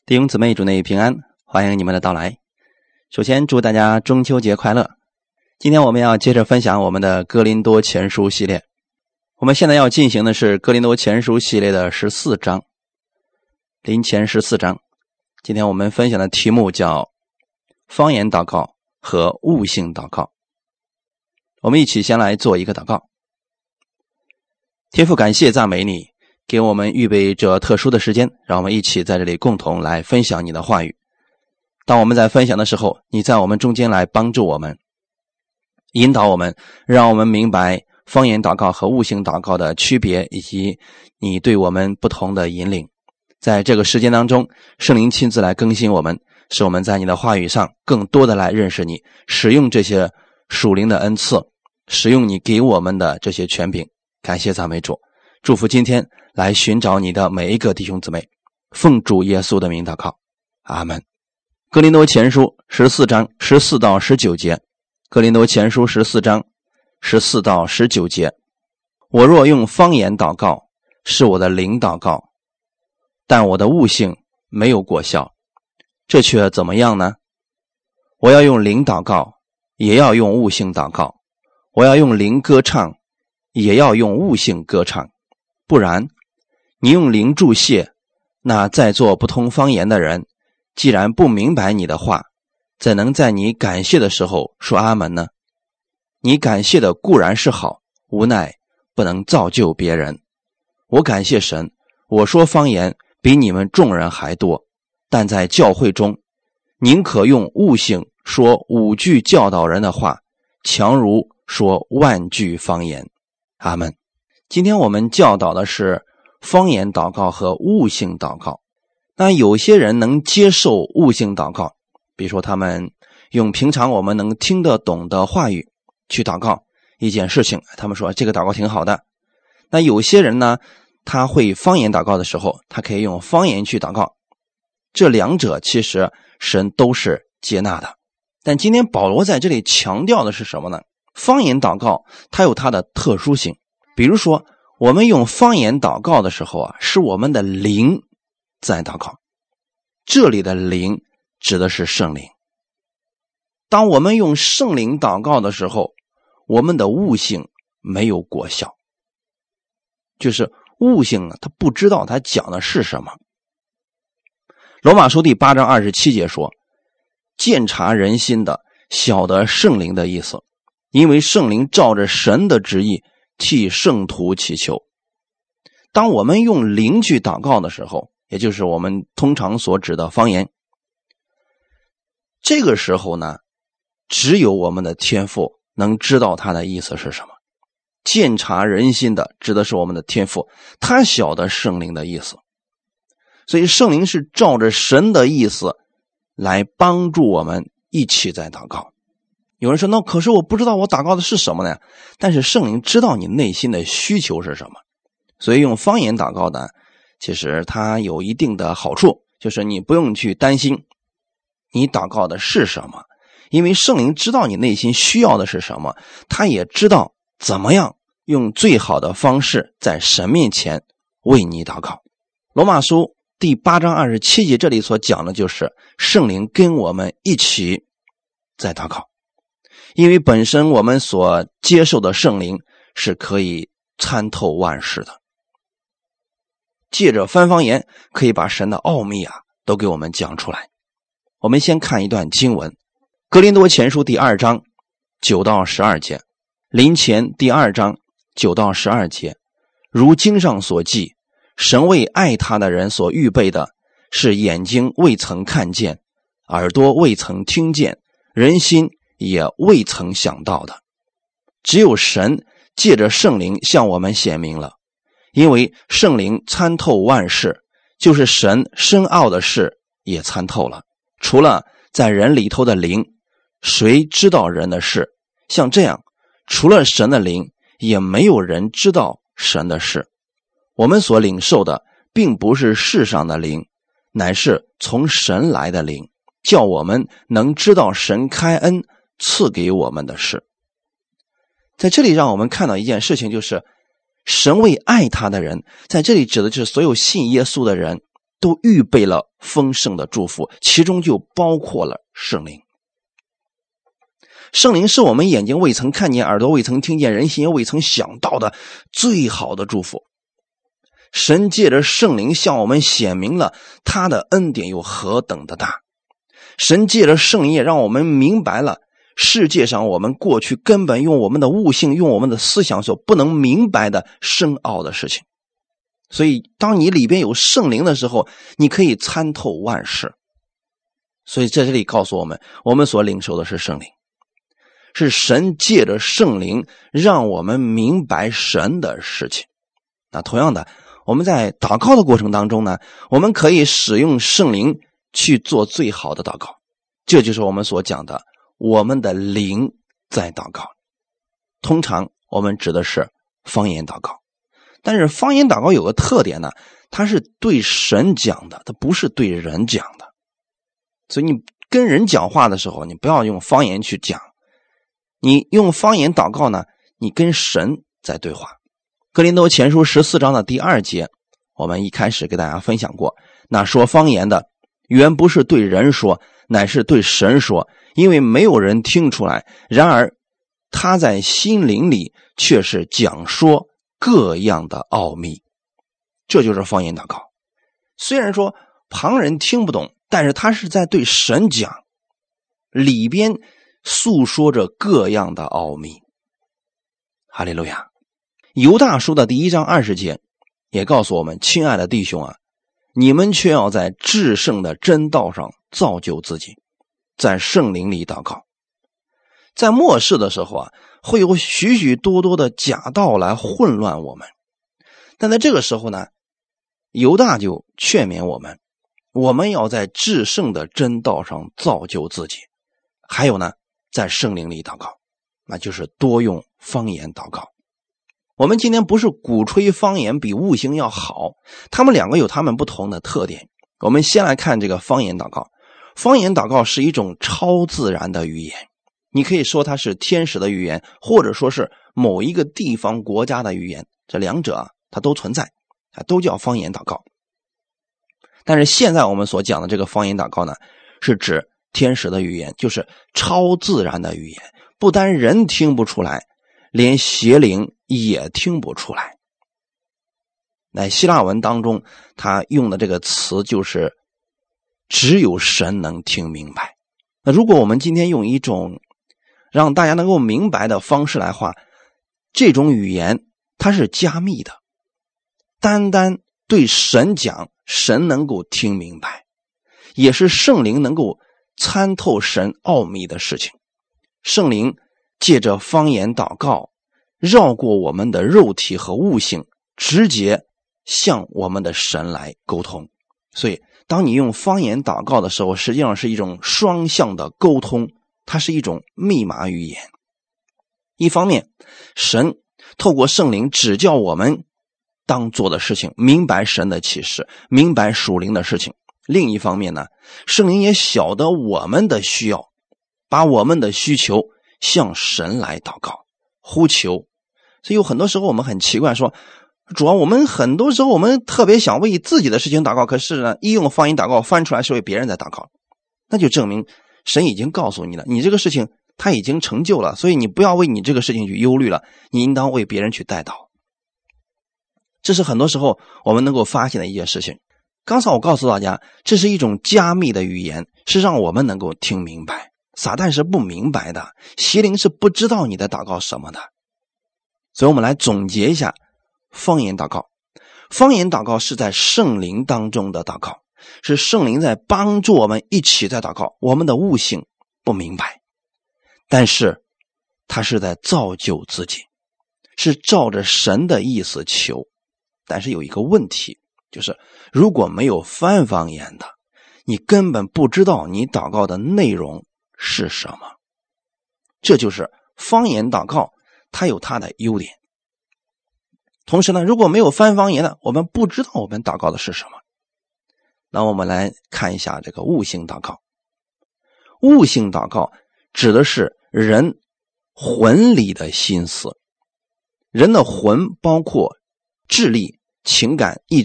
弟兄姊妹，主内平安，欢迎你们的到来。首先祝大家中秋节快乐。今天我们要接着分享我们的哥林多前书系列，我们现在要进行的是哥林多前书系列的14章，临前14章。今天我们分享的题目叫方言祷告和悟性祷告。我们一起先来做一个祷告。天父，感谢赞美你，给我们预备这特殊的时间，让我们一起在这里共同来分享你的话语。当我们在分享的时候，你在我们中间来帮助我们，引导我们，让我们明白方言祷告和悟性祷告的区别，以及你对我们不同的引领。在这个时间当中，圣灵亲自来更新我们，使我们在你的话语上更多的来认识你，使用这些属灵的恩赐，使用你给我们的这些权柄。感谢赞美主，祝福今天来寻找你的每一个弟兄姊妹，奉主耶稣的名祷告，阿们。哥林多前书14章14到19节，哥林多前书14章14到19节，我若用方言祷告，是我的灵祷告，但我的悟性没有果效，这却怎么样呢？我要用灵祷告，也要用悟性祷告；我要用灵歌唱，也要用悟性歌唱。不然，你用灵祝谢，那在座不通方言的人，既然不明白你的话，怎能在你感谢的时候说阿门呢？你感谢的固然是好，无奈不能造就别人。我感谢神，我说方言比你们众人还多，但在教会中，宁可用悟性说5句教导人的话，强如说万句方言。阿们。今天我们教导的是方言祷告和悟性祷告。那有些人能接受悟性祷告，比如说他们用平常我们能听得懂的话语去祷告一件事情，他们说这个祷告挺好的。那有些人呢，他会方言祷告的时候，他可以用方言去祷告，这两者其实神都是接纳的。但今天保罗在这里强调的是什么呢？方言祷告它有它的特殊性，比如说我们用方言祷告的时候是我们的灵在祷告，这里的灵指的是圣灵。当我们用圣灵祷告的时候，我们的悟性没有果效，就是悟性呢，他不知道他讲的是什么。罗马书第8章27节说，鉴察人心的，晓得圣灵的意思，因为圣灵照着神的旨意替圣徒祈求。当我们用灵去祷告的时候，也就是我们通常所指的方言，这个时候呢，只有我们的天父能知道他的意思是什么。鉴察人心的指的是我们的天父，他晓得圣灵的意思，所以圣灵是照着神的意思来帮助我们一起在祷告。有人说，那可是我不知道我祷告的是什么呢？但是圣灵知道你内心的需求是什么，所以用方言祷告呢，其实它有一定的好处，就是你不用去担心你祷告的是什么，因为圣灵知道你内心需要的是什么，他也知道怎么样用最好的方式在神面前为你祷告。罗马书第8章27节这里所讲的就是圣灵跟我们一起在祷告，因为本身我们所接受的圣灵是可以参透万事的，借着翻方言可以把神的奥秘都给我们讲出来。我们先看一段经文，哥林多前书第2章9到12节，临前第2章9到12节，如经上所记，神为爱他的人所预备的，是眼睛未曾看见，耳朵未曾听见，人心也未曾想到的，只有神借着圣灵向我们显明了。因为圣灵参透万事，就是神深奥的事也参透了。除了在人里头的灵，谁知道人的事？像这样，除了神的灵，也没有人知道神的事。我们所领受的并不是世上的灵，乃是从神来的灵，叫我们能知道神开恩赐给我们的事。在这里让我们看到一件事情，就是神为爱他的人，在这里指的就是所有信耶稣的人， 都预备了丰盛的祝福，其中就包括了圣灵。圣灵是我们眼睛未曾看见，耳朵未曾听见，人心也未曾想到的最好的祝福。神借着圣灵向我们显明了他的恩典有何等的大，神借着圣灵也让我们明白了世界上我们过去根本用我们的悟性用我们的思想所不能明白的深奥的事情。所以当你里边有圣灵的时候，你可以参透万事。所以在这里告诉我们，我们所领受的是圣灵，是神借着圣灵让我们明白神的事情。那同样的，我们在祷告的过程当中呢，我们可以使用圣灵去做最好的祷告。这就是我们所讲的我们的灵在祷告。通常我们指的是方言祷告，但是方言祷告有个特点呢，它是对神讲的，它不是对人讲的。所以你跟人讲话的时候，你不要用方言去讲，你用方言祷告呢，你跟神在对话。哥林多前书14章的第2节，我们一开始给大家分享过，那说方言的原不是对人说，乃是对神说，因为没有人听出来，然而他在心灵里却是讲说各样的奥秘。这就是方言祷告。虽然说旁人听不懂，但是他是在对神讲，里边诉说着各样的奥秘。哈利路亚。犹大书的第1章20节也告诉我们，亲爱的弟兄啊，你们却要在至圣的真道上造就自己，在圣灵里祷告。在末世的时候啊，会有许许多多的假道来混乱我们，但在这个时候呢，犹大就劝勉我们，我们要在至圣的真道上造就自己，还有呢，在圣灵里祷告，那就是多用方言祷告。我们今天不是鼓吹方言比悟性要好，他们两个有他们不同的特点。我们先来看这个方言祷告。方言祷告是一种超自然的语言，你可以说它是天使的语言，或者说是某一个地方国家的语言，这两者啊，它都存在，都叫方言祷告。但是现在我们所讲的这个方言祷告呢，是指天使的语言，就是超自然的语言，不单人听不出来，连邪灵也听不出来。在希腊文当中，他用的这个词就是只有神能听明白。那如果我们今天用一种让大家能够明白的方式来话，这种语言它是加密的，单单对神讲，神能够听明白，也是圣灵能够参透神奥秘的事情。圣灵借着方言祷告绕过我们的肉体和悟性，直接向我们的神来沟通。所以当你用方言祷告的时候，实际上是一种双向的沟通，它是一种密码语言。一方面神透过圣灵指教我们当做的事情，明白神的启示，明白属灵的事情。另一方面呢，圣灵也晓得我们的需要，把我们的需求向神来祷告呼求。所以有很多时候我们很奇怪，说主要我们很多时候我们特别想为自己的事情祷告，可是呢，一用方言祷告翻出来是为别人在祷告，那就证明神已经告诉你了，你这个事情他已经成就了，所以你不要为你这个事情去忧虑了，你应当为别人去代祷。这是很多时候我们能够发现的一件事情。刚才我告诉大家，这是一种加密的语言，是让我们能够听明白。撒旦是不明白的，邪灵是不知道你在祷告什么的。所以我们来总结一下方言祷告。方言祷告是在圣灵当中的祷告，是圣灵在帮助我们一起在祷告，我们的悟性不明白，但是他是在造就自己，是照着神的意思求。但是有一个问题，就是如果没有翻方言的，你根本不知道你祷告的内容是什么。这就是方言祷告它有它的优点。同时呢，如果没有翻方言的，我们不知道我们祷告的是什么。那我们来看一下这个悟性祷告。悟性祷告指的是人魂里的心思。人的魂包括智力、情感、意志力，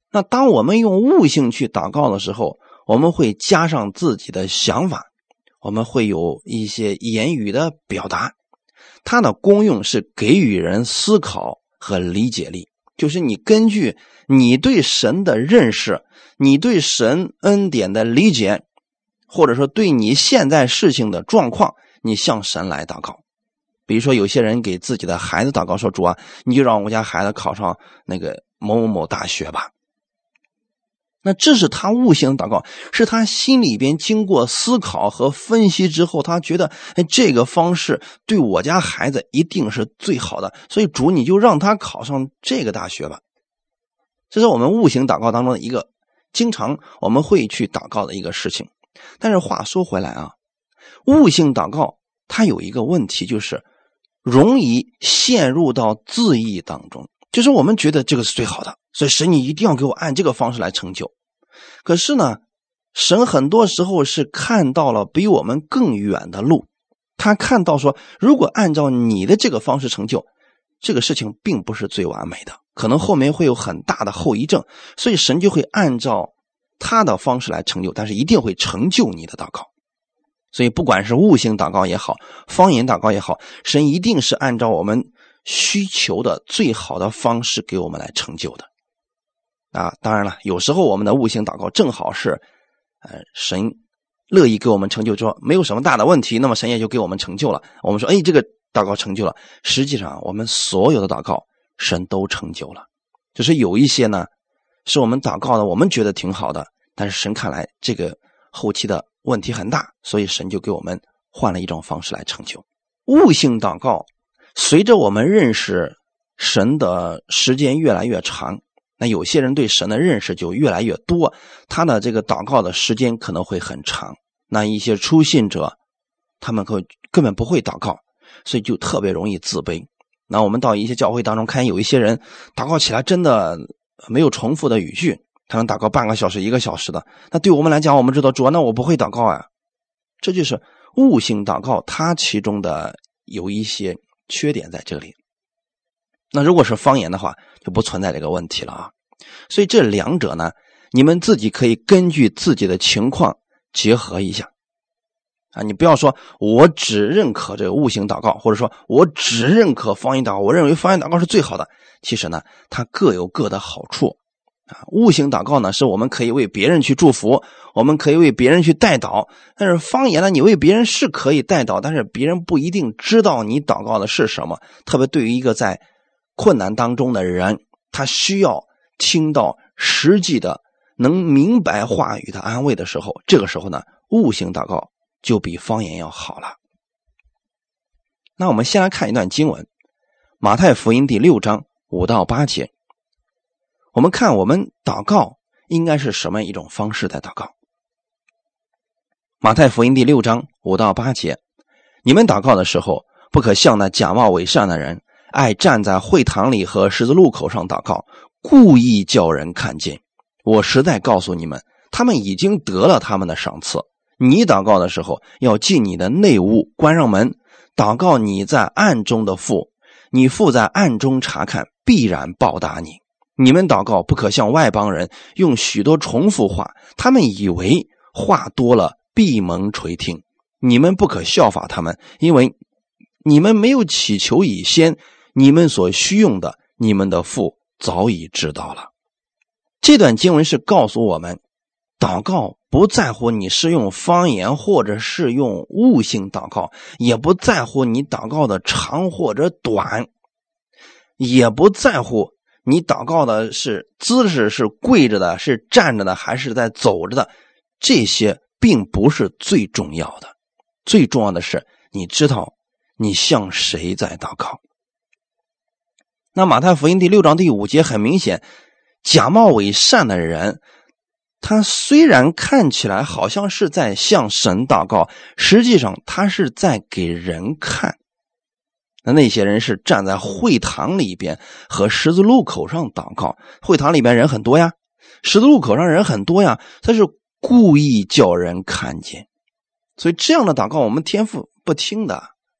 那当我们用悟性去祷告的时候，我们会加上自己的想法，我们会有一些言语的表达，它的功用是给予人思考和理解力，就是你根据你对神的认识，你对神恩典的理解，或者说对你现在事情的状况，你向神来祷告。比如说有些人给自己的孩子祷告说，主啊，你就让我家孩子考上那个某某某大学吧。那这是他悟性的祷告，是他心里边经过思考和分析之后，他觉得这个方式对我家孩子一定是最好的，所以主你就让他考上这个大学吧。这是我们悟性祷告当中的一个经常我们会去祷告的一个事情。但是话说回来啊，悟性祷告它有一个问题，就是容易陷入到自义当中，就是我们觉得这个是最好的，所以神你一定要给我按这个方式来成就。可是呢，神很多时候是看到了比我们更远的路，他看到说，如果按照你的这个方式成就，这个事情并不是最完美的，可能后面会有很大的后遗症，所以神就会按照他的方式来成就，但是一定会成就你的祷告。所以不管是悟性祷告也好，方言祷告也好，神一定是按照我们需求的最好的方式给我们来成就的。当然了，有时候我们的悟性祷告正好是神乐意给我们成就，说没有什么大的问题，那么神也就给我们成就了。我们说这个祷告成就了，实际上我们所有的祷告神都成就了，只是有一些呢是我们祷告的我们觉得挺好的，但是神看来这个后期的问题很大，所以神就给我们换了一种方式来成就。悟性祷告随着我们认识神的时间越来越长，那有些人对神的认识就越来越多，他的这个祷告的时间可能会很长。那一些初信者他们根本不会祷告，所以就特别容易自卑。那我们到一些教会当中看，有一些人祷告起来真的没有重复的语句，他能祷告半个小时1个小时的，那对我们来讲，我们知道主啊，那我不会祷告啊。这就是悟性祷告它其中的有一些缺点在这里。那如果是方言的话，就不存在这个问题了啊。所以这两者呢，你们自己可以根据自己的情况结合一下你不要说我只认可这个悟性祷告，或者说我只认可方言祷告，我认为方言祷告是最好的。其实呢，它各有各的好处悟性祷告呢，是我们可以为别人去祝福，我们可以为别人去代祷。但是方言呢，你为别人是可以代祷，但是别人不一定知道你祷告的是什么。特别对于一个在困难当中的人，他需要听到实际的能明白话语的安慰的时候，这个时候呢，悟性祷告就比方言要好了。那我们先来看一段经文，马太福音第6章5到8节。我们看我们祷告应该是什么一种方式在祷告。马太福音第6章5到8节，你们祷告的时候，不可像那假冒伪善的人，爱站在会堂里和十字路口上祷告，故意叫人看见。我实在告诉你们，他们已经得了他们的赏赐。你祷告的时候，要进你的内屋，关上门，祷告你在暗中的父，你父在暗中查看，必然报答你。你们祷告不可像外邦人，用许多重复话，他们以为话多了必蒙垂听。你们不可效法他们，因为你们没有祈求以先，你们所需用的，你们的父早已知道了。这段经文是告诉我们，祷告不在乎你是用方言或者是用悟性祷告，也不在乎你祷告的长或者短，也不在乎你祷告的是姿势是跪着的，是站着的，还是在走着的，这些并不是最重要的。最重要的是你知道你向谁在祷告。那马太福音第6章第5节很明显，假冒伪善的人，他虽然看起来好像是在向神祷告，实际上他是在给人看。那些人是站在会堂里边和十字路口上祷告，会堂里边人很多呀，十字路口上人很多呀，他是故意叫人看见。所以这样的祷告我们天父不听的，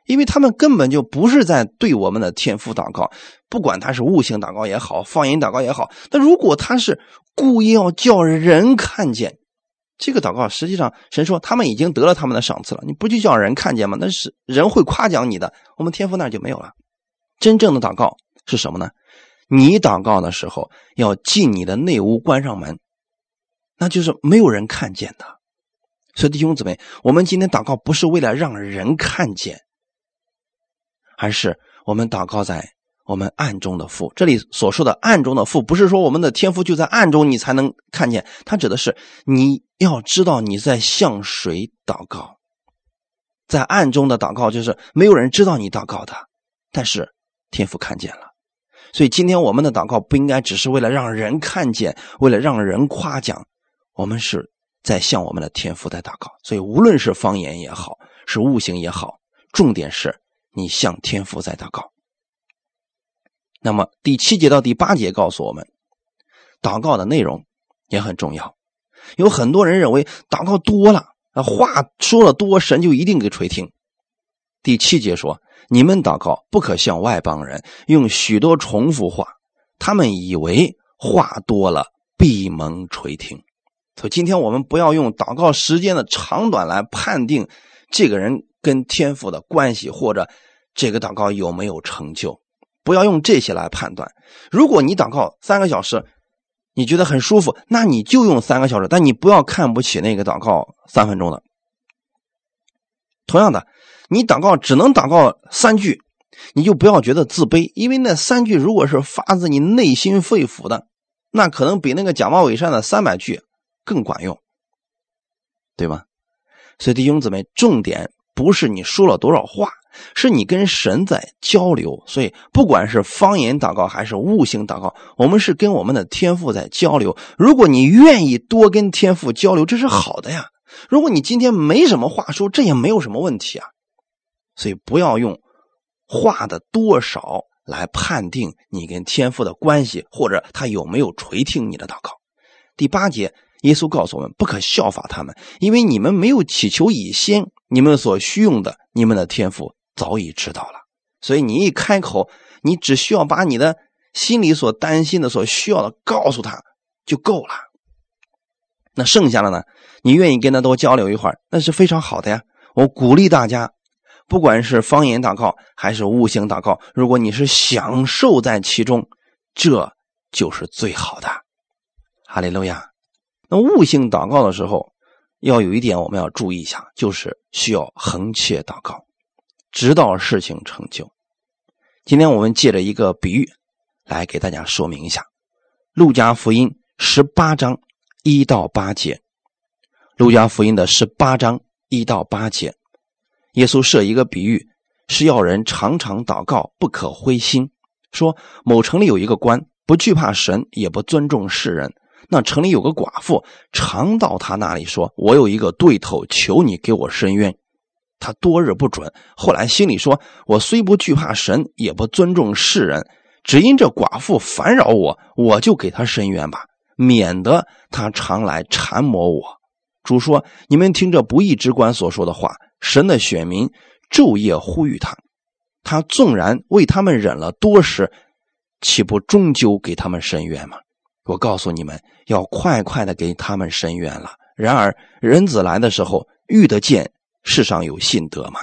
因为他们根本就不是在对我们的天父祷告，不管他是悟性祷告也好，方言祷告也好，那如果他是故意要叫人看见，这个祷告实际上神说他们已经得了他们的赏赐了，你不就叫人看见吗？那是人会夸奖你的，我们天父那就没有了。真正的祷告是什么呢？你祷告的时候要进你的内屋，关上门，那就是没有人看见的。所以弟兄姊妹，我们今天祷告不是为了让人看见，而是我们祷告在我们暗中的父。这里所说的暗中的父，不是说我们的天父就在暗中你才能看见，它指的是你要知道你在向谁祷告。在暗中的祷告就是没有人知道你祷告的，但是天父看见了。所以今天我们的祷告不应该只是为了让人看见，为了让人夸奖，我们是在向我们的天父在祷告。所以无论是方言也好，是悟性也好，重点是你向天父在祷告。那么第7节到第8节告诉我们，祷告的内容也很重要。有很多人认为祷告多了，话说了多，神就一定给垂听。第7节说，你们祷告不可像外邦人，用许多重复话，他们以为话多了必蒙垂听。所以今天我们不要用祷告时间的长短来判定这个人跟天父的关系，或者这个祷告有没有成就，不要用这些来判断。如果你祷告3个小时你觉得很舒服，那你就用3个小时，但你不要看不起那个祷告3分钟的。同样的，你祷告只能祷告3句，你就不要觉得自卑，因为那3句如果是发自你内心肺腑的，那可能比那个假冒伪善的300句更管用，对吗？所以弟兄姊妹，重点不是你说了多少话，是你跟神在交流。所以不管是方言祷告还是悟性祷告，我们是跟我们的天父在交流。如果你愿意多跟天父交流，这是好的呀。如果你今天没什么话说，这也没有什么问题啊。所以不要用话的多少来判定你跟天父的关系，或者他有没有垂听你的祷告。第8节耶稣告诉我们，不可效法他们，因为你们没有祈求以先，你们所需用的，你们的天父早已知道了。所以你一开口，你只需要把你的心里所担心的、所需要的告诉他就够了。那剩下的呢，你愿意跟他多交流一会儿，那是非常好的呀。我鼓励大家，不管是方言祷告还是悟性祷告，如果你是享受在其中，这就是最好的。哈利路亚。那悟性祷告的时候，要有一点我们要注意一下，就是需要恒切祷告，直到事情成就。今天我们借着一个比喻来给大家说明一下。路加福音18章1到8节，路加福音的18章1到8节，耶稣设一个比喻，是要人常常祷告，不可灰心。说某城里有一个官，不惧怕神，也不尊重世人。那城里有个寡妇，常到他那里说，我有一个对头，求你给我伸冤。他多日不准，后来心里说，我虽不惧怕神，也不尊重世人，只因这寡妇烦扰我，我就给他伸冤吧，免得他常来缠磨我。主说，你们听着不义之官所说的话，神的选民昼夜呼吁他，他纵然为他们忍了多时，岂不终究给他们伸冤吗？我告诉你们，要快快的给他们伸冤了。然而人子来的时候，遇得见世上有信德吗？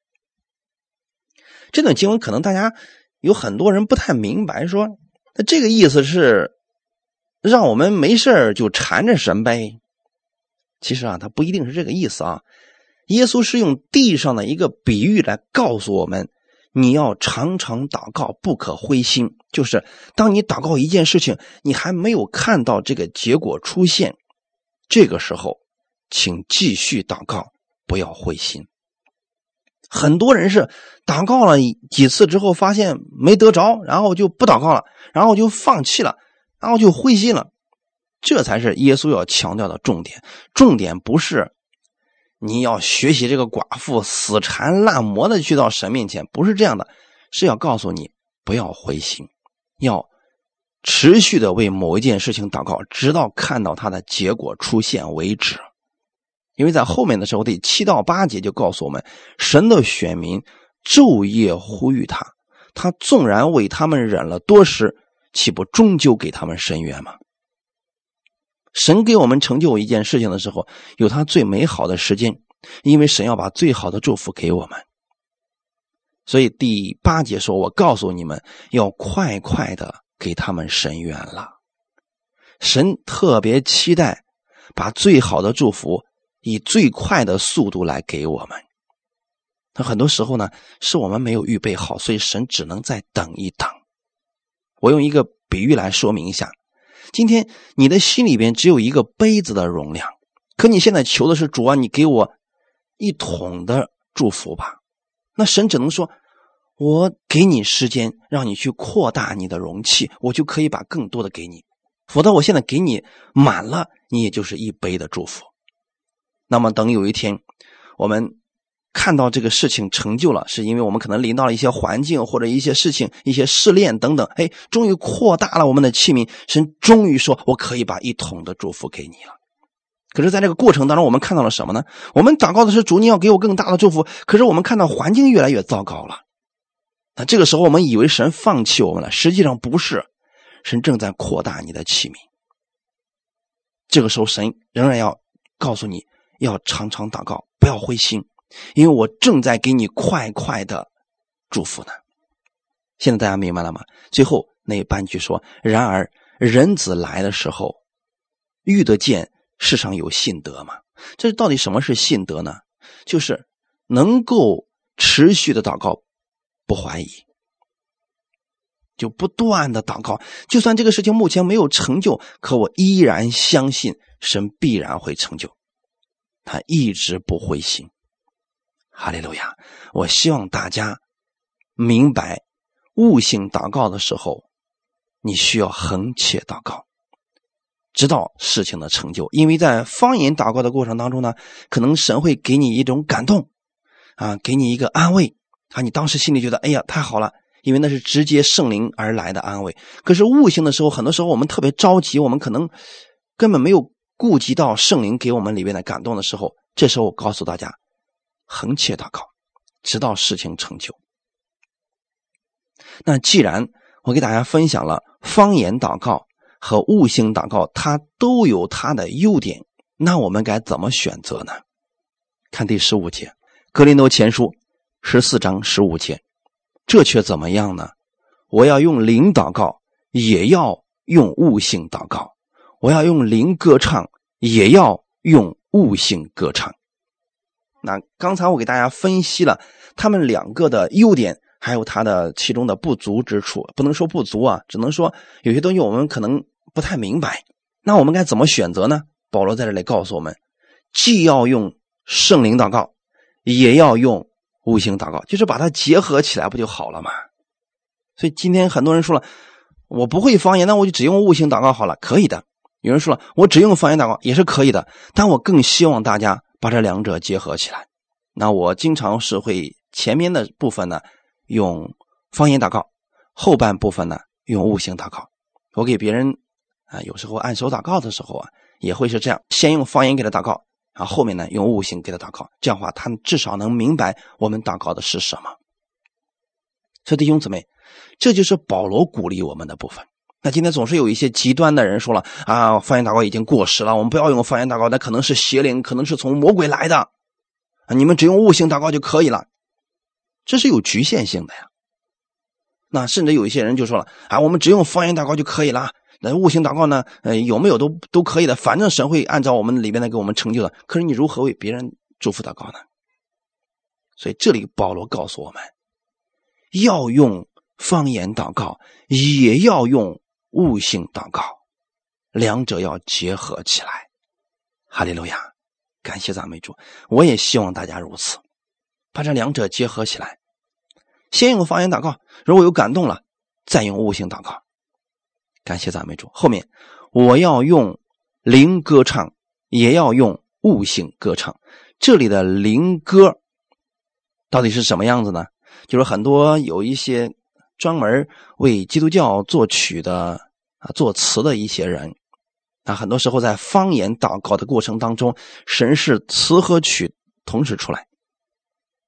这段经文可能大家有很多人不太明白，说那这个意思是让我们没事就缠着神呗。其实他不一定是这个意思啊。耶稣是用地上的一个比喻来告诉我们，你要常常祷告，不可灰心。就是当你祷告一件事情，你还没有看到这个结果出现，这个时候请继续祷告，不要灰心。很多人是祷告了几次之后发现没得着，然后就不祷告了，然后就放弃了，然后就灰心了。这才是耶稣要强调的重点。重点不是你要学习这个寡妇死缠烂磨的去到神面前，不是这样的，是要告诉你不要灰心，要持续的为某一件事情祷告，直到看到它的结果出现为止。因为在后面的时候第7到8节就告诉我们，神的选民昼夜呼吁他，他纵然为他们忍了多时，岂不终究给他们伸冤吗？神给我们成就一件事情的时候，有他最美好的时间，因为神要把最好的祝福给我们。所以第8节说，我告诉你们，要快快的给他们伸冤了。神特别期待把最好的祝福以最快的速度来给我们。那很多时候呢，是我们没有预备好，所以神只能再等一等。我用一个比喻来说明一下，今天你的心里边只有一个杯子的容量，可你现在求的是主啊，你给我1桶的祝福吧。那神只能说，我给你时间，让你去扩大你的容器，我就可以把更多的给你。否则我现在给你满了，你也就是1杯的祝福。那么等有一天我们看到这个事情成就了，是因为我们可能临到了一些环境或者一些事情，一些试炼等等，终于扩大了我们的器皿，神终于说，我可以把1桶的祝福给你了。可是在这个过程当中，我们看到了什么呢？我们祷告的是主，你要给我更大的祝福，可是我们看到环境越来越糟糕了。那这个时候我们以为神放弃我们了，实际上不是，神正在扩大你的器皿。这个时候神仍然要告诉你，要常常祷告，不要灰心，因为我正在给你快快的祝福呢。现在大家明白了吗？最后那半句说，然而人子来的时候，遇得见世上有信德吗？这到底什么是信德呢？就是能够持续的祷告，不怀疑，就不断的祷告，就算这个事情目前没有成就，可我依然相信神必然会成就，他一直不灰心。哈利路亚！我希望大家明白，悟性祷告的时候，你需要恒切祷告，直到事情的成就。因为在方言祷告的过程当中呢，可能神会给你一种感动给你一个安慰你当时心里觉得哎呀太好了，因为那是直接圣灵而来的安慰。可是悟性的时候，很多时候我们特别着急，我们可能根本没有顾及到圣灵给我们里面的感动的时候，这时候我告诉大家，恒切祷告，直到事情成就。那既然我给大家分享了方言祷告和悟性祷告，它都有它的优点，那我们该怎么选择呢？看第15节，哥林多前书14章15节，这却怎么样呢？我要用灵祷告，也要用悟性祷告；我要用灵歌唱，也要用悟性歌唱。那刚才我给大家分析了他们两个的优点，还有它的其中的不足之处。不能说不足只能说有些东西我们可能不太明白。那我们该怎么选择呢？保罗在这里告诉我们，既要用圣灵祷告，也要用悟性祷告，就是把它结合起来不就好了吗？所以今天很多人说了，我不会方言，那我就只用悟性祷告好了，可以的。有人说了，我只用方言祷告也是可以的，但我更希望大家把这两者结合起来。那我经常是会前面的部分呢用方言祷告，后半部分呢用悟性祷告。我给别人有时候按手祷告的时候也会是这样，先用方言给他祷告，然后后面呢用悟性给他祷告，这样的话他至少能明白我们祷告的是什么。所以弟兄姊妹，这就是保罗鼓励我们的部分。那今天总是有一些极端的人说了方言祷告已经过时了，我们不要用方言祷告，那可能是邪灵，可能是从魔鬼来的你们只用悟性祷告就可以了，这是有局限性的呀。那甚至有一些人就说了我们只用方言祷告就可以了，那悟性祷告呢有没有都可以的，反正神会按照我们里边的给我们成就的。可是你如何为别人祝福祷告呢？所以这里保罗告诉我们，要用方言祷告，也要用悟性祷告，两者要结合起来。哈利路亚，感谢赞美主。我也希望大家如此，把这两者结合起来，先用方言祷告，如果有感动了再用悟性祷告。感谢赞美主。后面我要用灵歌唱，也要用悟性歌唱。这里的灵歌到底是什么样子呢？就是很多有一些专门为基督教作曲的作词的一些人很多时候在方言祷告的过程当中，神是词和曲同时出来。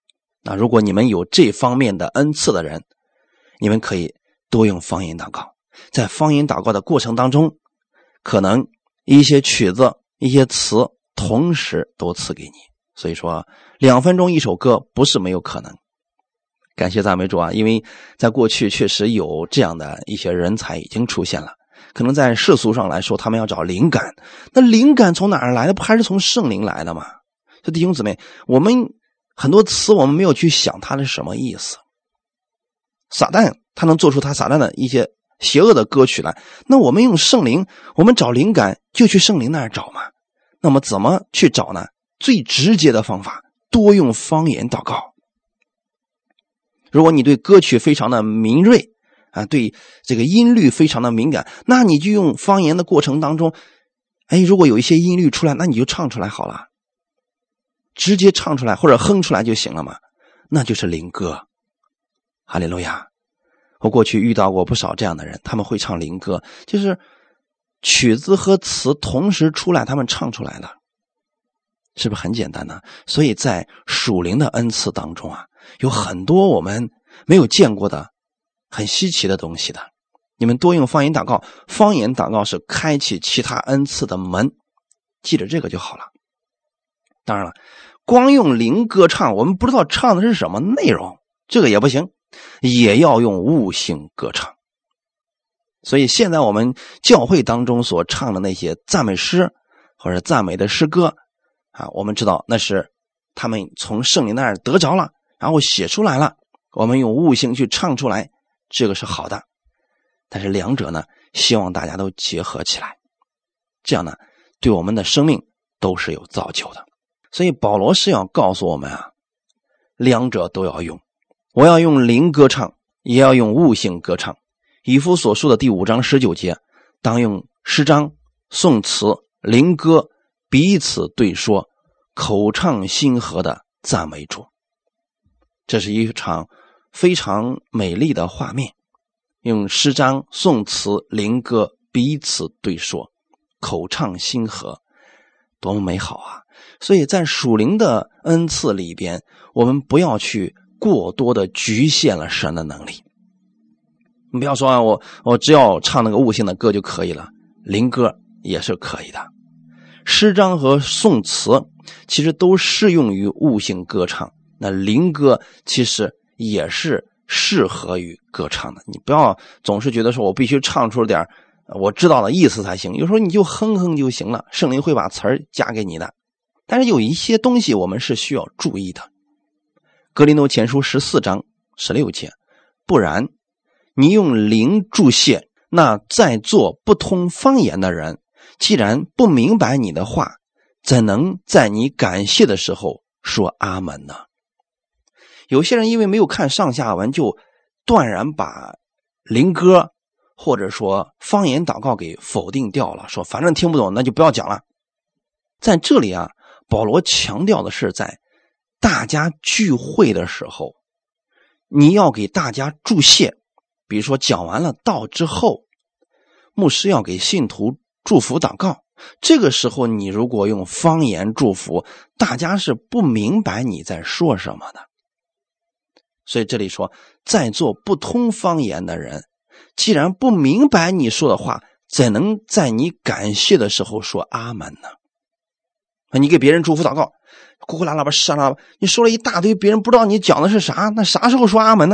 如果你们有这方面的恩赐的人，你们可以多用方言祷告。在方言祷告的过程当中，可能一些曲子一些词同时都赐给你，所以说2分钟一首歌不是没有可能。感谢赞美主啊，因为在过去确实有这样的一些人才已经出现了，可能在世俗上来说他们要找灵感，那灵感从哪儿来的？不还是从圣灵来的吗？所以弟兄姊妹，我们很多词我们没有去想它是什么意思。撒旦他能做出他撒旦的一些邪恶的歌曲来，那我们用圣灵，我们找灵感就去圣灵那儿找嘛。那么怎么去找呢？最直接的方法，多用方言祷告。如果你对歌曲非常的敏锐啊，对这个音律非常的敏感，那你就用方言的过程当中，如果有一些音律出来，那你就唱出来好了，直接唱出来或者哼出来就行了嘛，那就是灵歌。哈利路亚！我过去遇到过不少这样的人，他们会唱灵歌，就是曲子和词同时出来，他们唱出来了，是不是很简单呢？所以在属灵的恩赐当中啊，有很多我们没有见过的很稀奇的东西的。你们多用方言祷告，方言祷告是开启其他恩赐的门，记着这个就好了。当然了，光用灵歌唱，我们不知道唱的是什么内容，这个也不行，也要用悟性歌唱。所以现在我们教会当中所唱的那些赞美诗或者赞美的诗歌啊，我们知道那是他们从圣灵那儿得着了，然后写出来了，我们用悟性去唱出来，这个是好的。但是两者呢，希望大家都结合起来，这样呢，对我们的生命都是有造就的。所以保罗是要告诉我们啊，两者都要用，我要用灵歌唱，也要用悟性歌唱。以弗所书的第5章19节，当用诗章、颂词、灵歌彼此对说，口唱心和的赞美主。这是一场非常美丽的画面，用诗章、颂词、灵歌彼此对说，口唱心和，多么美好啊！所以在属灵的恩赐里边，我们不要去过多的局限了神的能力。你不要说啊，我只要唱那个悟性的歌就可以了，灵歌也是可以的。诗章和颂词其实都适用于悟性歌唱，那灵歌其实也是适合于歌唱的。你不要总是觉得说我必须唱出点我知道的意思才行，有时候你就哼哼就行了，圣灵会把词儿加给你的。但是有一些东西我们是需要注意的。哥林多前书14章16节，不然你用灵祝谢，那在座不通方言的人，既然不明白你的话，怎能在你感谢的时候说阿门呢？有些人因为没有看上下文，就断然把灵歌或者说方言祷告给否定掉了，说反正听不懂那就不要讲了。在这里啊，保罗强调的是在大家聚会的时候，你要给大家祝谢。比如说讲完了道之后，牧师要给信徒祝福祷告，这个时候你如果用方言祝福，大家是不明白你在说什么的。所以这里说，在座不通方言的人，既然不明白你说的话，怎能在你感谢的时候说阿门呢？你给别人祝福祷告，呼呼啦啦吧沙啦吧，你说了一大堆，别人不知道你讲的是啥，那啥时候说阿门呢？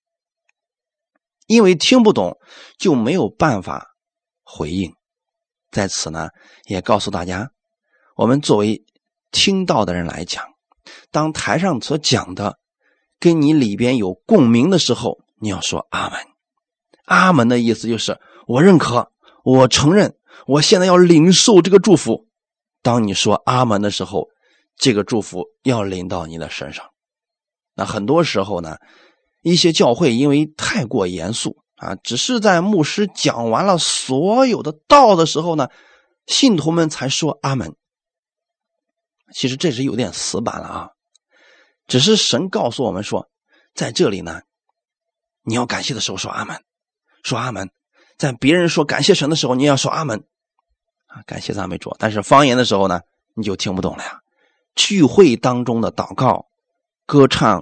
因为听不懂就没有办法回应。在此呢，也告诉大家，我们作为听到的人来讲，当台上所讲的跟你里边有共鸣的时候，你要说阿门。阿门的意思就是我认可，我承认，我现在要领受这个祝福。当你说阿门的时候，这个祝福要临到你的身上。那很多时候呢，一些教会因为太过严肃啊，只是在牧师讲完了所有的道的时候呢，信徒们才说阿门。其实这是有点死板了啊，只是神告诉我们说，在这里呢，你要感谢的时候说阿门，说阿门。在别人说感谢神的时候，你也要说阿门啊，感谢赞美主。但是方言的时候呢，你就听不懂了呀。聚会当中的祷告、歌唱、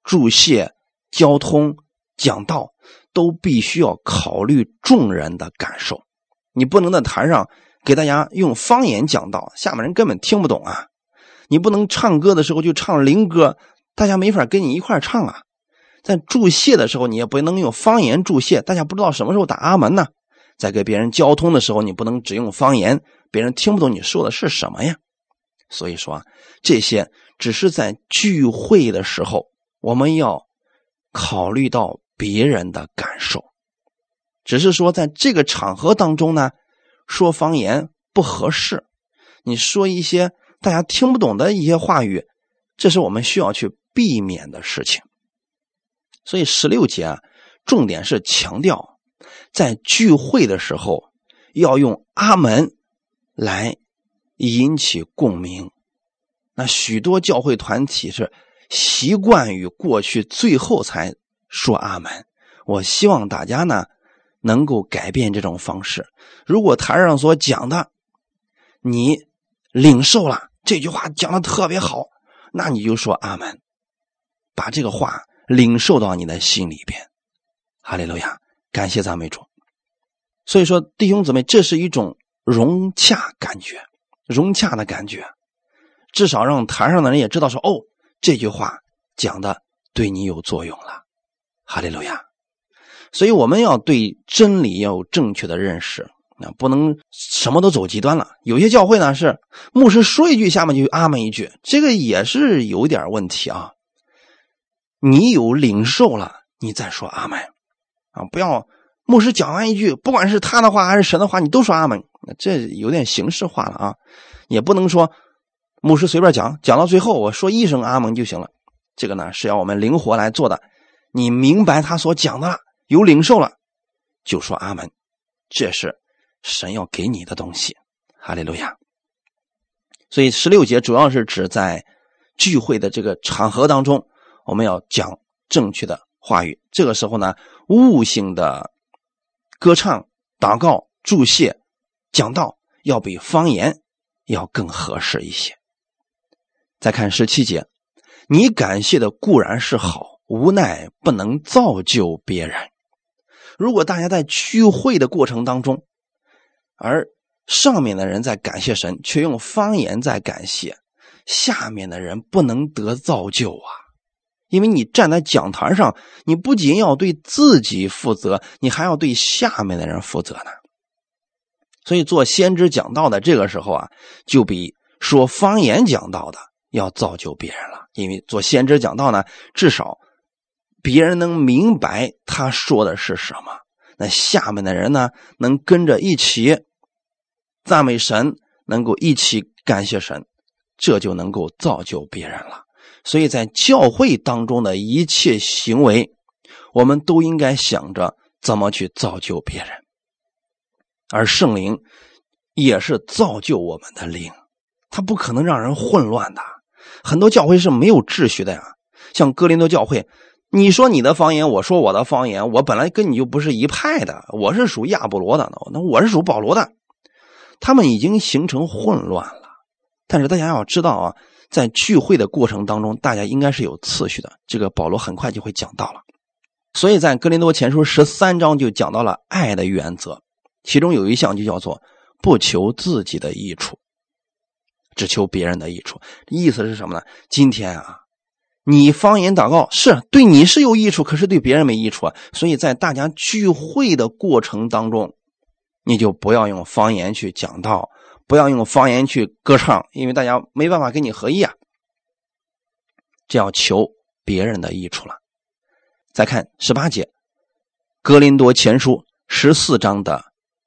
祝谢、交通、讲道，都必须要考虑众人的感受。你不能在台上给大家用方言讲道，下面人根本听不懂啊。你不能唱歌的时候就唱灵歌，大家没法跟你一块唱啊。在祝谢的时候，你也不能用方言祝谢，大家不知道什么时候打阿门呢。在给别人交通的时候，你不能只用方言，别人听不懂你说的是什么呀。所以说这些只是在聚会的时候，我们要考虑到别人的感受。只是说在这个场合当中呢，说方言不合适，你说一些大家听不懂的一些话语，这是我们需要去避免的事情。所以16节重点是强调在聚会的时候要用阿门来引起共鸣。那许多教会团体是习惯于过去最后才说阿门，我希望大家呢能够改变这种方式。如果台上所讲的你领受了，这句话讲的特别好，那你就说阿门，把这个话领受到你的心里边。哈利路亚，感谢赞美主。所以说弟兄姊妹，这是一种融洽感觉，融洽的感觉，至少让台上的人也知道说，哦，这句话讲的对你有作用了。哈利路亚。所以我们要对真理要有正确的认识，不能什么都走极端了。有些教会呢是牧师说一句下面就阿门一句，这个也是有点问题啊。你有领受了你再说阿门啊，不要牧师讲完一句，不管是他的话还是神的话，你都说阿门，这有点形式化了啊。也不能说牧师随便讲到最后我说一声阿门就行了，这个呢是要我们灵活来做的。你明白他所讲的了，有领受了就说阿门，这是神要给你的东西。哈利路亚。所以16节主要是指在聚会的这个场合当中，我们要讲正确的话语。这个时候呢，悟性的歌唱、祷告、祝谢、讲道要比方言要更合适一些。再看17节，你感谢的固然是好，无奈不能造就别人。如果大家在聚会的过程当中，而上面的人在感谢神，却用方言在感谢，下面的人不能得造就啊。因为你站在讲台上，你不仅要对自己负责，你还要对下面的人负责呢。所以做先知讲道的这个时候啊，就比说方言讲道的要造就别人了。因为做先知讲道呢，至少别人能明白他说的是什么，那下面的人呢能跟着一起赞美神，能够一起感谢神，这就能够造就别人了。所以在教会当中的一切行为，我们都应该想着怎么去造就别人。而圣灵也是造就我们的灵，它不可能让人混乱的。很多教会是没有秩序的呀，像哥林多教会，你说你的方言，我说我的方言，我本来跟你就不是一派的，我是属亚波罗的，那我是属保罗的，他们已经形成混乱了。但是大家要知道啊，在聚会的过程当中，大家应该是有次序的，这个保罗很快就会讲到了。所以在哥林多前书13章就讲到了爱的原则，其中有一项就叫做不求自己的益处，只求别人的益处。意思是什么呢？今天啊，你方言祷告是对你是有益处，可是对别人没益处啊。所以在大家聚会的过程当中，你就不要用方言去讲道，不要用方言去歌唱，因为大家没办法跟你合一啊。这要求别人的益处了。再看18节，哥林多前书14章的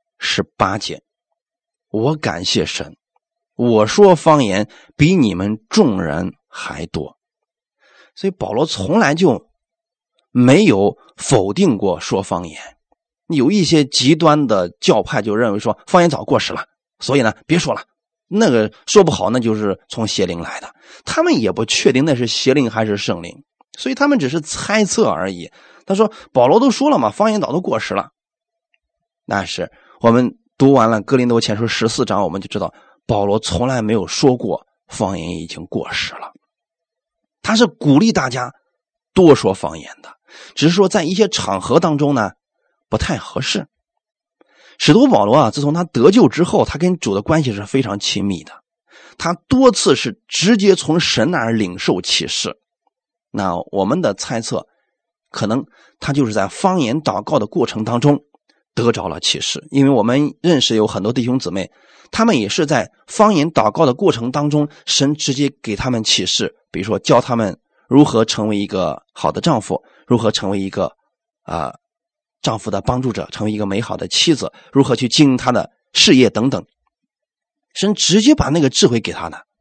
18节，我感谢神，我说方言比你们众人还多。所以保罗从来就没有否定过说方言。有一些极端的教派就认为说方言早过时了，所以呢别说了，那个说不好那就是从邪灵来的，他们也不确定那是邪灵还是圣灵，所以他们只是猜测而已。他说保罗都说了嘛，方言早都过时了。但是我们读完了哥林多前书14章，我们就知道保罗从来没有说过方言已经过时了。他是鼓励大家多说方言的，只是说在一些场合当中呢不太合适。使徒保罗啊，自从他得救之后，他跟主的关系是非常亲密的，他多次是直接从神那儿领受启示。那我们的猜测，可能他就是在方言祷告的过程当中得着了启示，因为我们认识有很多弟兄姊妹，他们也是在方言祷告的过程当中，神直接给他们启示，比如说教他们如何成为一个好的丈夫，如何成为一个丈夫的帮助者，成为一个美好的妻子，如何去经营他的事业等等。神直接把那个智慧给他的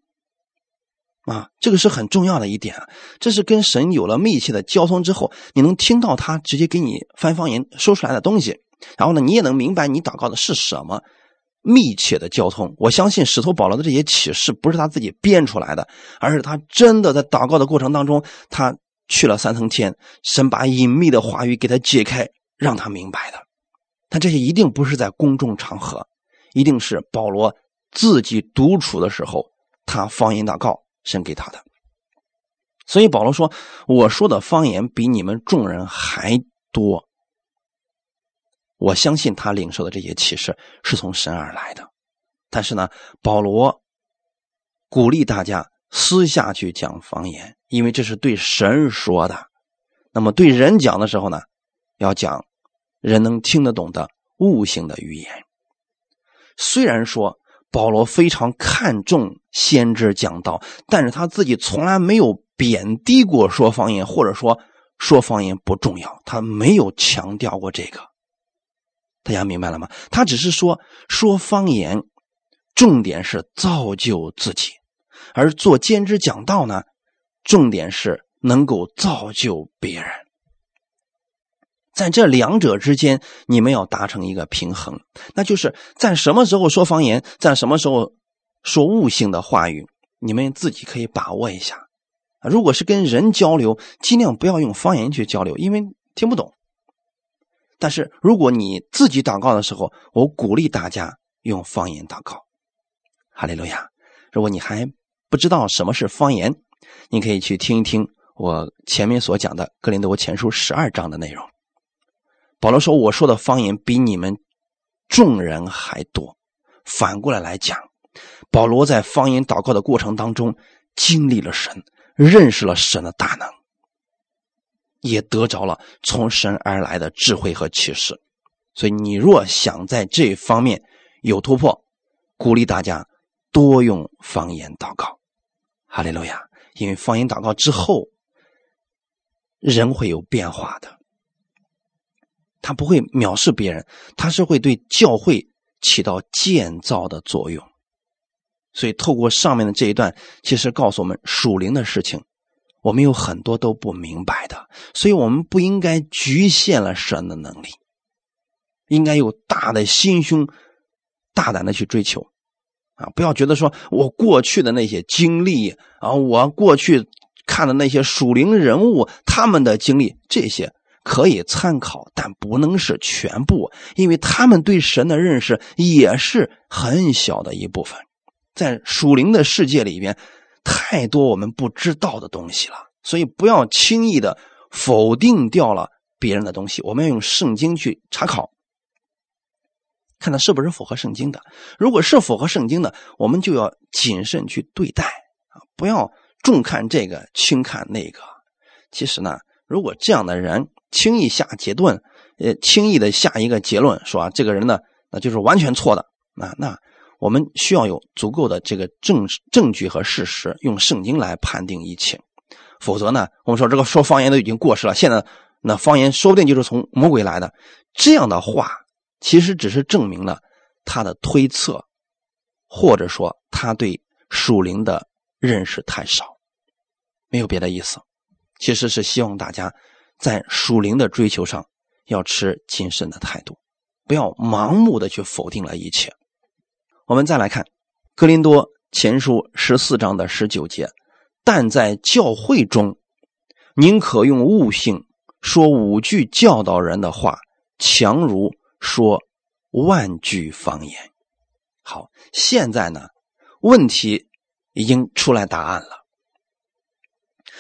这个是很重要的一点啊。这是跟神有了密切的交通之后，你能听到他直接给你翻方言说出来的东西，然后呢，你也能明白你祷告的是什么。密切的交通，我相信使徒保罗的这些启示不是他自己编出来的，而是他真的在祷告的过程当中，他去了3层天，神把隐秘的话语给他解开，让他明白的。但这些一定不是在公众场合，一定是保罗自己独处的时候，他方言祷告，神给他的。所以保罗说，我说的方言比你们众人还多。我相信他领受的这些启示是从神而来的。但是呢，保罗鼓励大家私下去讲方言，因为这是对神说的。那么对人讲的时候呢，要讲人能听得懂的悟性的语言。虽然说保罗非常看重先知讲道，但是他自己从来没有贬低过说方言，或者说说方言不重要，他没有强调过这个。大家明白了吗？他只是说方言重点是造就自己，而做先知讲道呢，重点是能够造就别人。在这两者之间，你们要达成一个平衡，那就是在什么时候说方言，在什么时候说悟性的话语，你们自己可以把握一下。如果是跟人交流，尽量不要用方言去交流，因为听不懂。但是如果你自己祷告的时候，我鼓励大家用方言祷告。哈利路亚！如果你还不知道什么是方言，你可以去听一听我前面所讲的哥林多前书12章的内容。保罗说，我说的方言比你们众人还多。反过来讲，保罗在方言祷告的过程当中经历了神，认识了神的大能，也得着了从神而来的智慧和启示。所以你若想在这方面有突破，鼓励大家多用方言祷告。哈利路亚！因为方言祷告之后，人会有变化的，他不会藐视别人，他是会对教会起到建造的作用。所以透过上面的这一段，其实告诉我们属灵的事情我们有很多都不明白的，所以我们不应该局限了神的能力，应该有大的心胸，大胆的去追求不要觉得说我过去的那些经历我过去看的那些属灵人物他们的经历，这些可以参考，但不能是全部，因为他们对神的认识也是很小的一部分。在属灵的世界里边，太多我们不知道的东西了，所以不要轻易的否定掉了别人的东西。我们要用圣经去查考，看它是不是符合圣经的。如果是符合圣经的，我们就要谨慎去对待不要重看这个轻看那个。其实呢，如果这样的人轻易下结论，轻易的下一个结论说这个人呢，那就是完全错的，那我们需要有足够的这个证据和事实，用圣经来判定一切。否则呢，我们说这个说方言都已经过时了，现在那方言说不定就是从魔鬼来的，这样的话其实只是证明了他的推测，或者说他对属灵的认识太少，没有别的意思。其实是希望大家在属灵的追求上要持谨慎的态度，不要盲目的去否定了一切。我们再来看哥林多前书14章的19节，但在教会中，宁可用悟性说5句教导人的话，强如说万句方言。好，现在呢，问题已经出来答案了。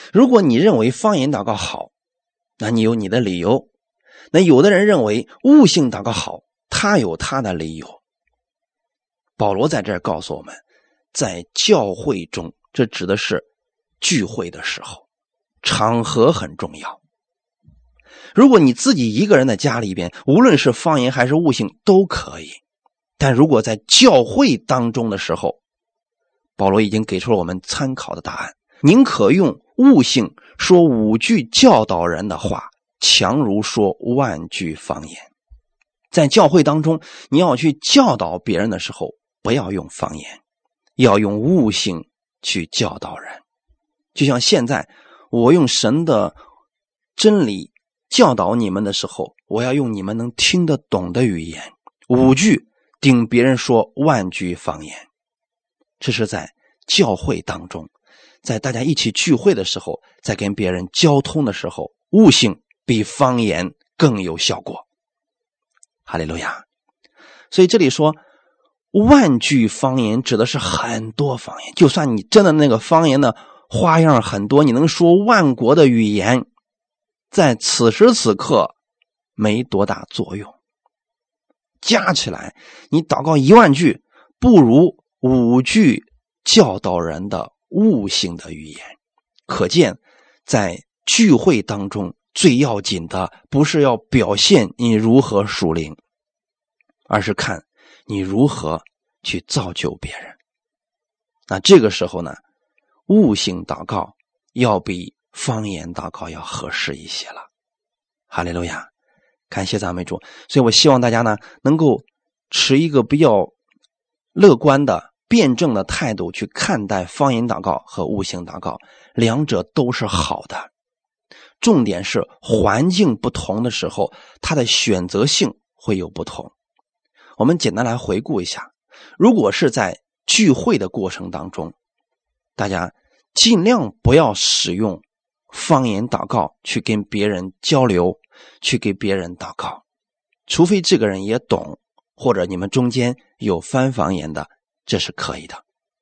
如果你认为方言祷告好，那你有你的理由。那有的人认为悟性祷告好，他有他的理由。保罗在这儿告诉我们，在教会中，这指的是聚会的时候，场合很重要。如果你自己一个人在家里边，无论是方言还是悟性都可以。但如果在教会当中的时候，保罗已经给出了我们参考的答案，宁可用悟性说5句教导人的话，强如说万句方言。在教会当中，你要去教导别人的时候，不要用方言，要用悟性去教导人。就像现在我用神的真理教导你们的时候，我要用你们能听得懂的语言，5句顶别人说万句方言。这是在教会当中，在大家一起聚会的时候，在跟别人交通的时候，悟性比方言更有效果。哈利路亚。所以这里说万句方言指的是很多方言，就算你真的那个方言的花样很多，你能说万国的语言，在此时此刻没多大作用。加起来你祷告1万句，不如5句教导人的悟性的语言。可见在聚会当中，最要紧的不是要表现你如何属灵，而是看你如何去造就别人。那这个时候呢，悟性祷告要比方言祷告要合适一些了。哈利路亚，感谢赞美主。所以我希望大家呢能够持一个比较乐观的辩证的态度去看待方言祷告和悟性祷告，两者都是好的。重点是环境不同的时候，它的选择性会有不同。我们简单来回顾一下，如果是在聚会的过程当中，大家尽量不要使用方言祷告去跟别人交流，去给别人祷告，除非这个人也懂，或者你们中间有翻方言的，这是可以的。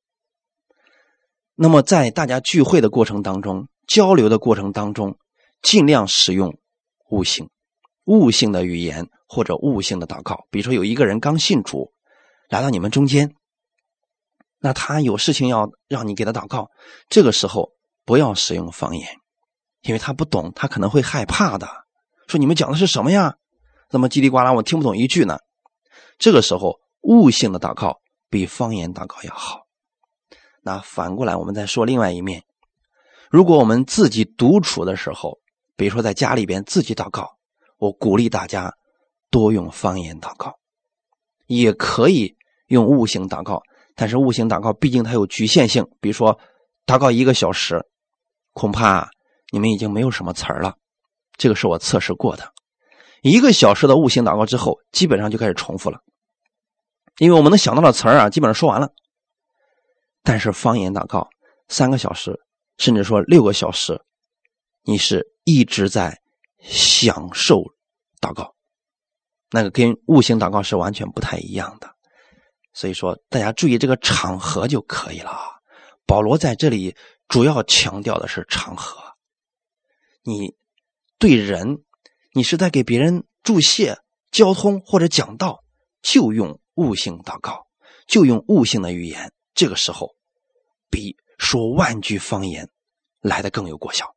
那么在大家聚会的过程当中，交流的过程当中，尽量使用悟性的语言或者悟性的祷告。比如说有一个人刚信主来到你们中间，那他有事情要让你给他祷告，这个时候不要使用方言，因为他不懂，他可能会害怕的，说你们讲的是什么呀，那么叽里呱啦我听不懂一句呢。这个时候悟性的祷告比方言祷告要好。那反过来我们再说另外一面，如果我们自己独处的时候，比如说在家里边自己祷告，我鼓励大家多用方言祷告，也可以用悟性祷告，但是悟性祷告毕竟它有局限性，比如说祷告1个小时，恐怕你们已经没有什么词儿了，这个是我测试过的。1个小时的悟性祷告之后，基本上就开始重复了，因为我们能想到的词儿基本上说完了。但是方言祷告3个小时，甚至说6个小时，你是一直在享受祷告，那个跟悟性祷告是完全不太一样的。所以说大家注意这个场合就可以了。保罗在这里主要强调的是场合，你对人，你是在给别人祝谢、交通或者讲道，就用悟性祷告，就用悟性的语言，这个时候比说万句方言来得更有果效。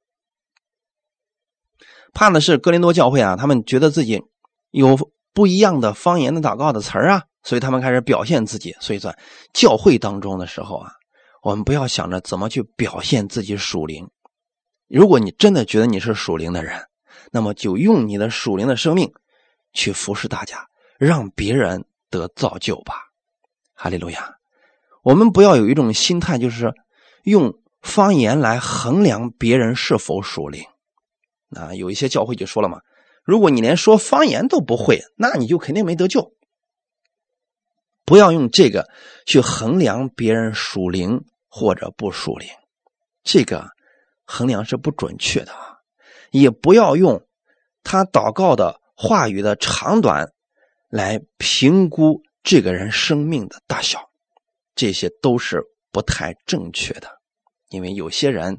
怕的是哥林多教会他们觉得自己有不一样的方言的祷告的词儿所以他们开始表现自己。所以在教会当中的时候我们不要想着怎么去表现自己属灵。如果你真的觉得你是属灵的人，那么就用你的属灵的生命去服侍大家，让别人得造就吧。哈利路亚。我们不要有一种心态，就是用方言来衡量别人是否属灵。有一些教会就说了嘛，如果你连说方言都不会，那你就肯定没得救。不要用这个去衡量别人属灵或者不属灵，这个衡量是不准确的。也不要用他祷告的话语的长短来评估这个人生命的大小，这些都是不太正确的。因为有些人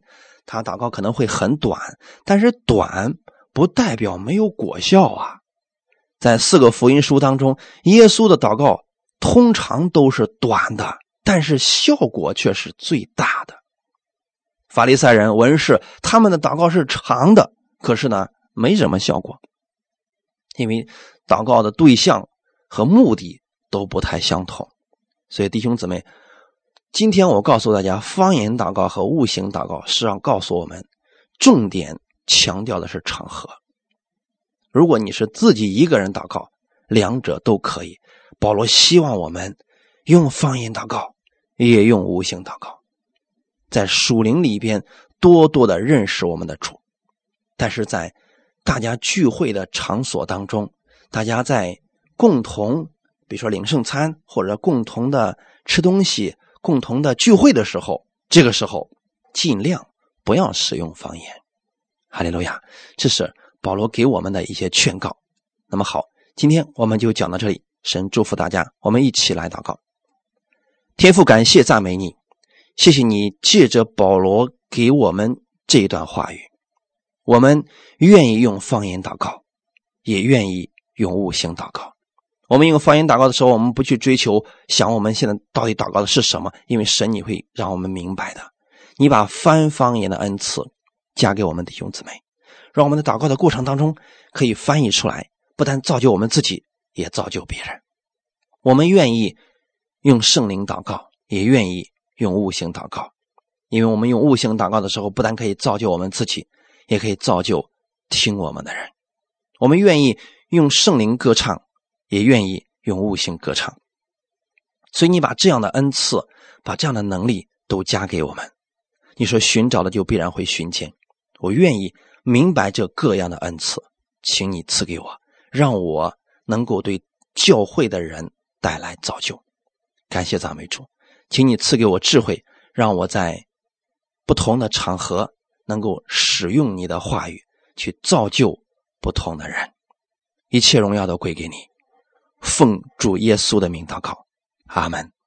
他祷告可能会很短，但是短不代表没有果效啊。在4个福音书当中，耶稣的祷告通常都是短的，但是效果却是最大的。法利赛人、文士他们的祷告是长的，可是呢没什么效果，因为祷告的对象和目的都不太相同。所以弟兄姊妹，今天我告诉大家，方言祷告和悟性祷告实际上告诉我们，重点强调的是场合。如果你是自己一个人祷告，两者都可以。保罗希望我们用方言祷告，也用悟性祷告，在属灵里边多多的认识我们的主。但是在大家聚会的场所当中，大家在共同比如说领圣餐，或者共同的吃东西，共同的聚会的时候，这个时候尽量不要使用方言。哈利路亚，这是保罗给我们的一些劝告。那么好，今天我们就讲到这里，神祝福大家，我们一起来祷告。天父，感谢赞美你，谢谢你借着保罗给我们这一段话语，我们愿意用方言祷告，也愿意用悟性祷告。我们用方言祷告的时候，我们不去追求想我们现在到底祷告的是什么，因为神你会让我们明白的。你把翻方言的恩赐加给我们弟兄姊妹，让我们的祷告的过程当中可以翻译出来，不但造就我们自己，也造就别人。我们愿意用圣灵祷告，也愿意用悟性祷告，因为我们用悟性祷告的时候，不但可以造就我们自己，也可以造就听我们的人。我们愿意用圣灵歌唱，也愿意用悟性歌唱。所以你把这样的恩赐，把这样的能力都加给我们。你说寻找的就必然会寻见，我愿意明白这各样的恩赐，请你赐给我，让我能够对教会的人带来造就。感谢赞美主，请你赐给我智慧，让我在不同的场合能够使用你的话语去造就不同的人。一切荣耀都归给你，奉主耶稣的名祷告，阿们。